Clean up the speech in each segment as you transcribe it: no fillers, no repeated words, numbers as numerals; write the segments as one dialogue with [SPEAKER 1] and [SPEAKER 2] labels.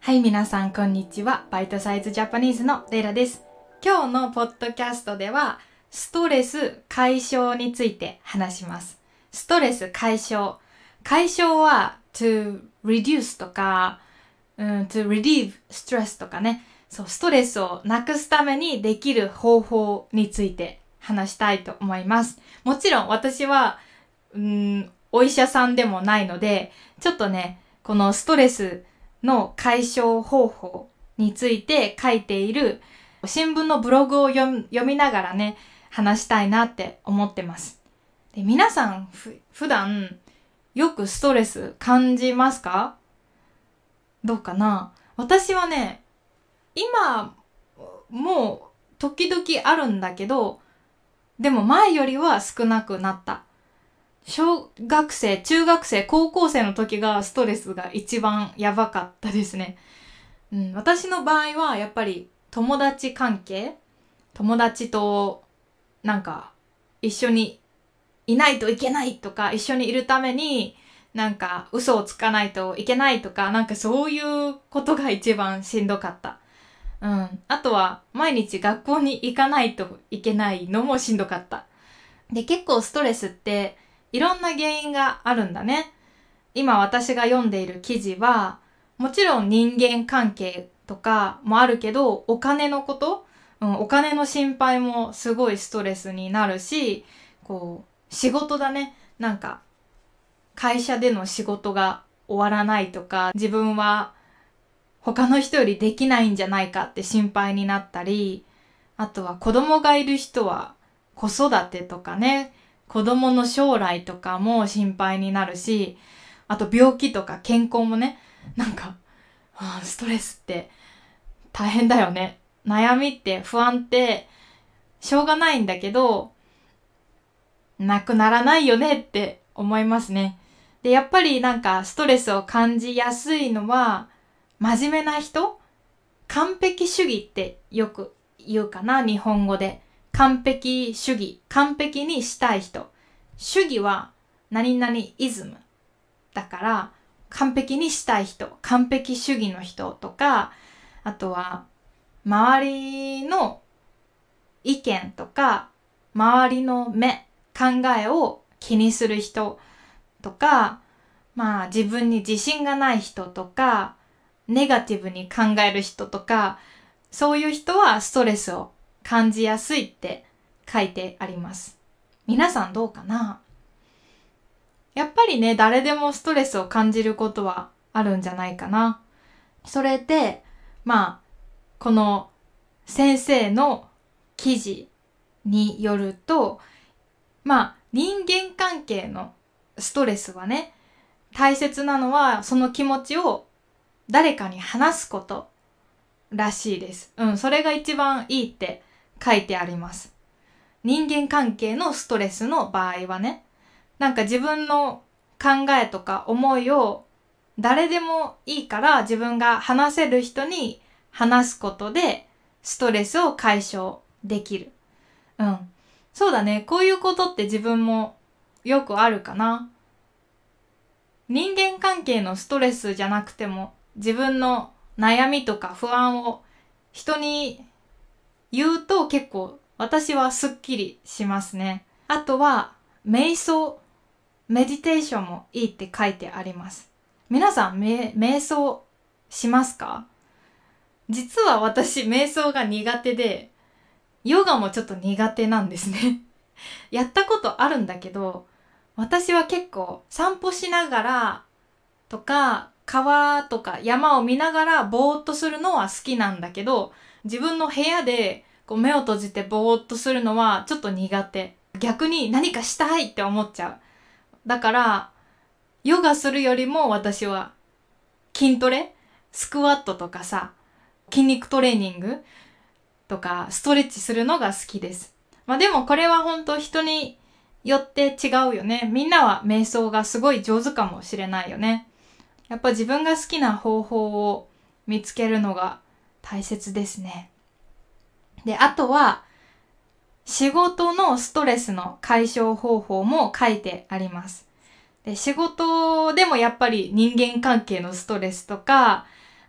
[SPEAKER 1] はい、皆さんこんにちは。バイトサイズジャパニーズのレイラです。今日のポッドキャストではストレス解消について話します。ストレス解消。解消は to reduce とか、to relieve stress とかね。そう、ストレスをなくすためにできる方法について話したいと思います。もちろん私は、お医者さんでもないので、ちょっとね、このストレスの解消方法について書いている新聞のブログを読みながらね、話したいなって思ってます。で、皆さん普段よくストレス感じますか？どうかな？私はね、今もう時々あるんだけど、でも前よりは少なくなった。小学生、中学生、高校生の時がストレスが一番やばかったですね。私の場合はやっぱり友達関係、友達となんか一緒にいないといけないとか、一緒にいるためになんか嘘をつかないといけないとか、なんかそういうことが一番しんどかった。あとは毎日学校に行かないといけないのもしんどかった。で、結構ストレスっていろんな原因があるんだね。今私が読んでいる記事は、もちろん人間関係とかもあるけど、お金のこと、お金の心配もすごいストレスになるし、こう、仕事だね。なんか、会社での仕事が終わらないとか、自分は他の人よりできないんじゃないかって心配になったり、あとは子供がいる人は子育てとかね、子供の将来とかも心配になるし、あと病気とか健康もね、なんか、ストレスって大変だよね。悩みって不安ってしょうがないんだけど、なくならないよねって思いますね。で、やっぱりなんかストレスを感じやすいのは、真面目な人？完璧主義ってよく言うかな、日本語で。完璧主義。完璧にしたい人。主義は何々イズム。だから、完璧にしたい人。完璧主義の人とか、あとは、周りの意見とか、周りの目、考えを気にする人とか、自分に自信がない人とか、ネガティブに考える人とか、そういう人はストレスを感じやすいって書いてあります。皆さんどうかな？やっぱりね、誰でもストレスを感じることはあるんじゃないかな。それで、この先生の記事によると、人間関係のストレスはね、大切なのはその気持ちを誰かに話すことらしいです。それが一番いいって書いてあります。人間関係のストレスの場合はね、なんか自分の考えとか思いを誰でもいいから自分が話せる人に話すことでストレスを解消できる。そうだね。こういうことって自分もよくあるかな。人間関係のストレスじゃなくても自分の悩みとか不安を人に言うと結構私はスッキリしますね。あとは瞑想、メディテーションもいいって書いてあります。皆さん瞑想しますか？実は私瞑想が苦手でヨガもちょっと苦手なんですね。やったことあるんだけど、私は結構散歩しながらとか川とか山を見ながらぼーっとするのは好きなんだけど、自分の部屋でこう目を閉じてぼーっとするのはちょっと苦手。逆に何かしたいって思っちゃう。だからヨガするよりも私は筋トレ、スクワットとかさ、筋肉トレーニングとかストレッチするのが好きです。でもこれは本当人によって違うよね。みんなは瞑想がすごい上手かもしれないよね。やっぱ自分が好きな方法を見つけるのが大切ですね。で、あとは仕事のストレスの解消方法も書いてあります。で、仕事でもやっぱり人間関係のストレスとか、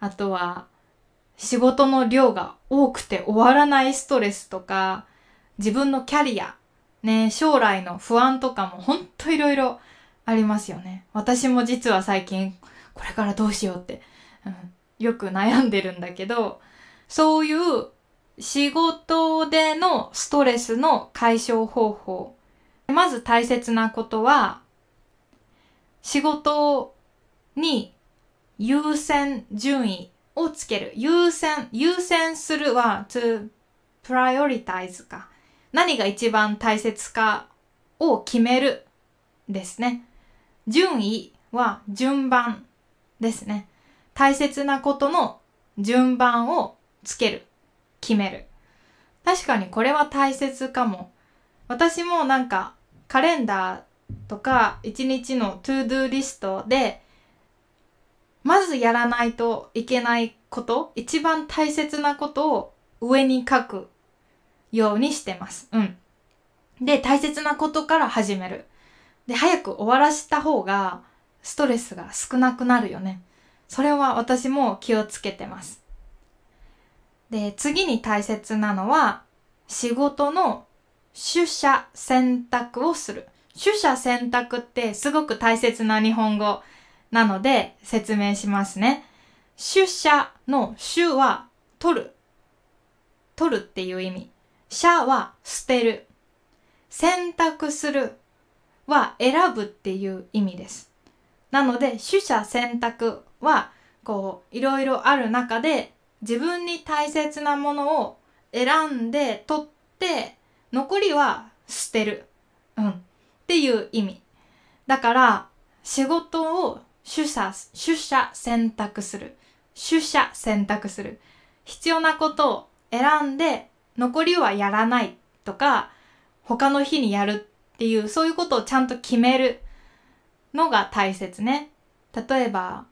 [SPEAKER 1] あとは仕事の量が多くて終わらないストレスとか、自分のキャリア、ね、将来の不安とかもほんといろいろありますよね。私も実は最近これからどうしようって、よく悩んでるんだけど、そういう仕事でのストレスの解消方法。まず大切なことは、仕事に優先順位をつける。優先するは to prioritize か。何が一番大切かを決めるですね。順位は順番ですね。大切なことの順番をつける。決める。確かにこれは大切かも。私もなんかカレンダーとか一日のトゥードゥーリストでまずやらないといけないこと、一番大切なことを上に書くようにしてます。で、大切なことから始める。で、早く終わらした方がストレスが少なくなるよね。それは私も気をつけてます。で、次に大切なのは仕事の取捨選択をする。取捨選択ってすごく大切な日本語なので説明しますね。取捨の取は取る。取るっていう意味。捨は捨てる。選択するは選ぶっていう意味です。なので取捨選択はいろいろある中で自分に大切なものを選んで取って残りは捨てる。っていう意味。だから仕事を取捨選択する。取捨選択する。必要なことを選んで残りはやらないとか他の日にやるっていうそういうことをちゃんと決めるのが大切ね。例えば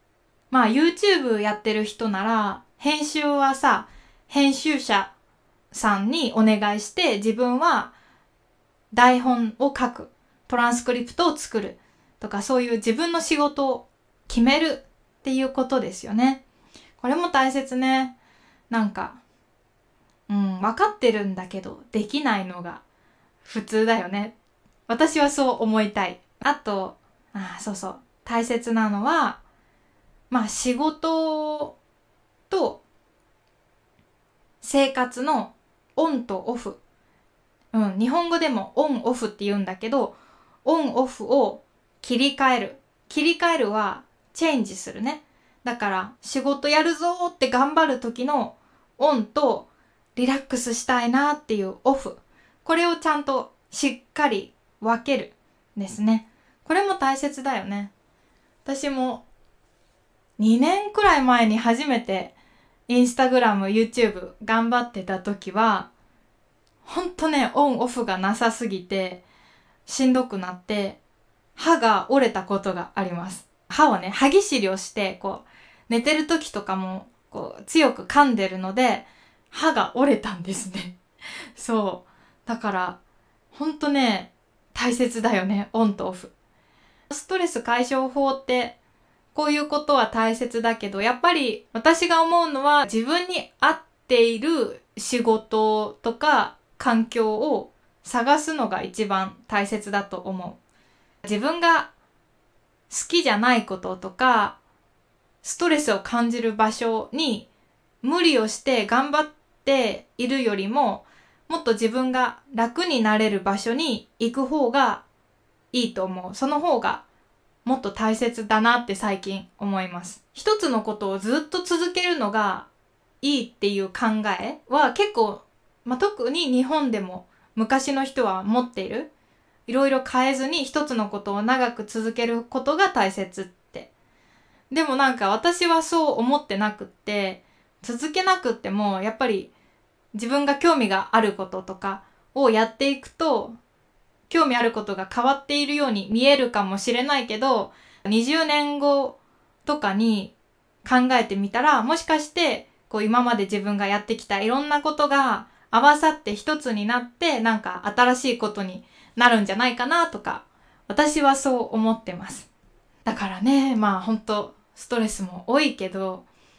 [SPEAKER 1] YouTube やってる人なら編集は編集者さんにお願いして自分は台本を書く、トランスクリプトを作るとかそういう自分の仕事を決めるっていうことですよね。これも大切ね。分かってるんだけどできないのが普通だよね。私はそう思いたい。あと、大切なのは、仕事と生活のオンとオフ。日本語でもオンオフって言うんだけど、オンオフを切り替える。切り替えるはチェンジするね。だから仕事やるぞーって頑張る時のオンとリラックスしたいなっていうオフ。これをちゃんとしっかり分けるですね。これも大切だよね。私も2年くらい前に初めてインスタグラム、YouTube 頑張ってた時はほんとね、オンオフがなさすぎてしんどくなって歯が折れたことがあります。歯をね、歯ぎしりをして寝てる時とかも強く噛んでるので歯が折れたんですね。そう。だからほんとね、大切だよね、オンとオフ。ストレス解消法ってこういうことは大切だけど、やっぱり私が思うのは自分に合っている仕事とか環境を探すのが一番大切だと思う。自分が好きじゃないこととかストレスを感じる場所に無理をして頑張っているよりも、もっと自分が楽になれる場所に行く方がいいと思う。その方がもっと大切だなって最近思います。一つのことをずっと続けるのがいいっていう考えは結構、特に日本でも昔の人は持っている。いろいろ変えずに一つのことを長く続けることが大切って。でも私はそう思ってなくって、続けなくってもやっぱり自分が興味があることとかをやっていくと、興味あることが変わっているように見えるかもしれないけど、20年後とかに考えてみたら、もしかして今まで自分がやってきたいろんなことが合わさって一つになって新しいことになるんじゃないかなとか、私はそう思ってます。だからね、ほんとストレスも多いけど、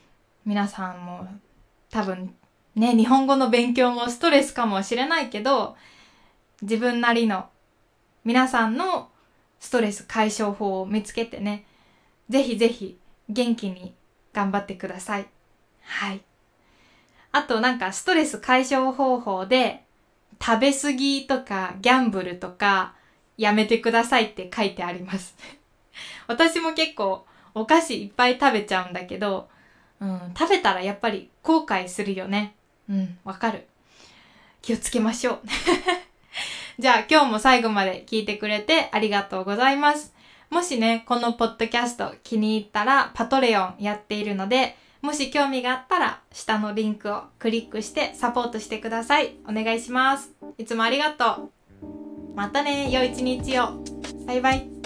[SPEAKER 1] 皆さんも多分ね、日本語の勉強もストレスかもしれないけど、自分なりの皆さんのストレス解消法を見つけてね、ぜひぜひ元気に頑張ってください。はい。あとなんかストレス解消方法で食べ過ぎとかギャンブルとかやめてくださいって書いてあります。私も結構お菓子いっぱい食べちゃうんだけど、食べたらやっぱり後悔するよね。わかる。気をつけましょう。じゃあ今日も最後まで聞いてくれてありがとうございます。もしね、このポッドキャスト気に入ったらパトレオンやっているので、もし興味があったら下のリンクをクリックしてサポートしてください。お願いします。いつもありがとう。またね、良い一日を。バイバイ。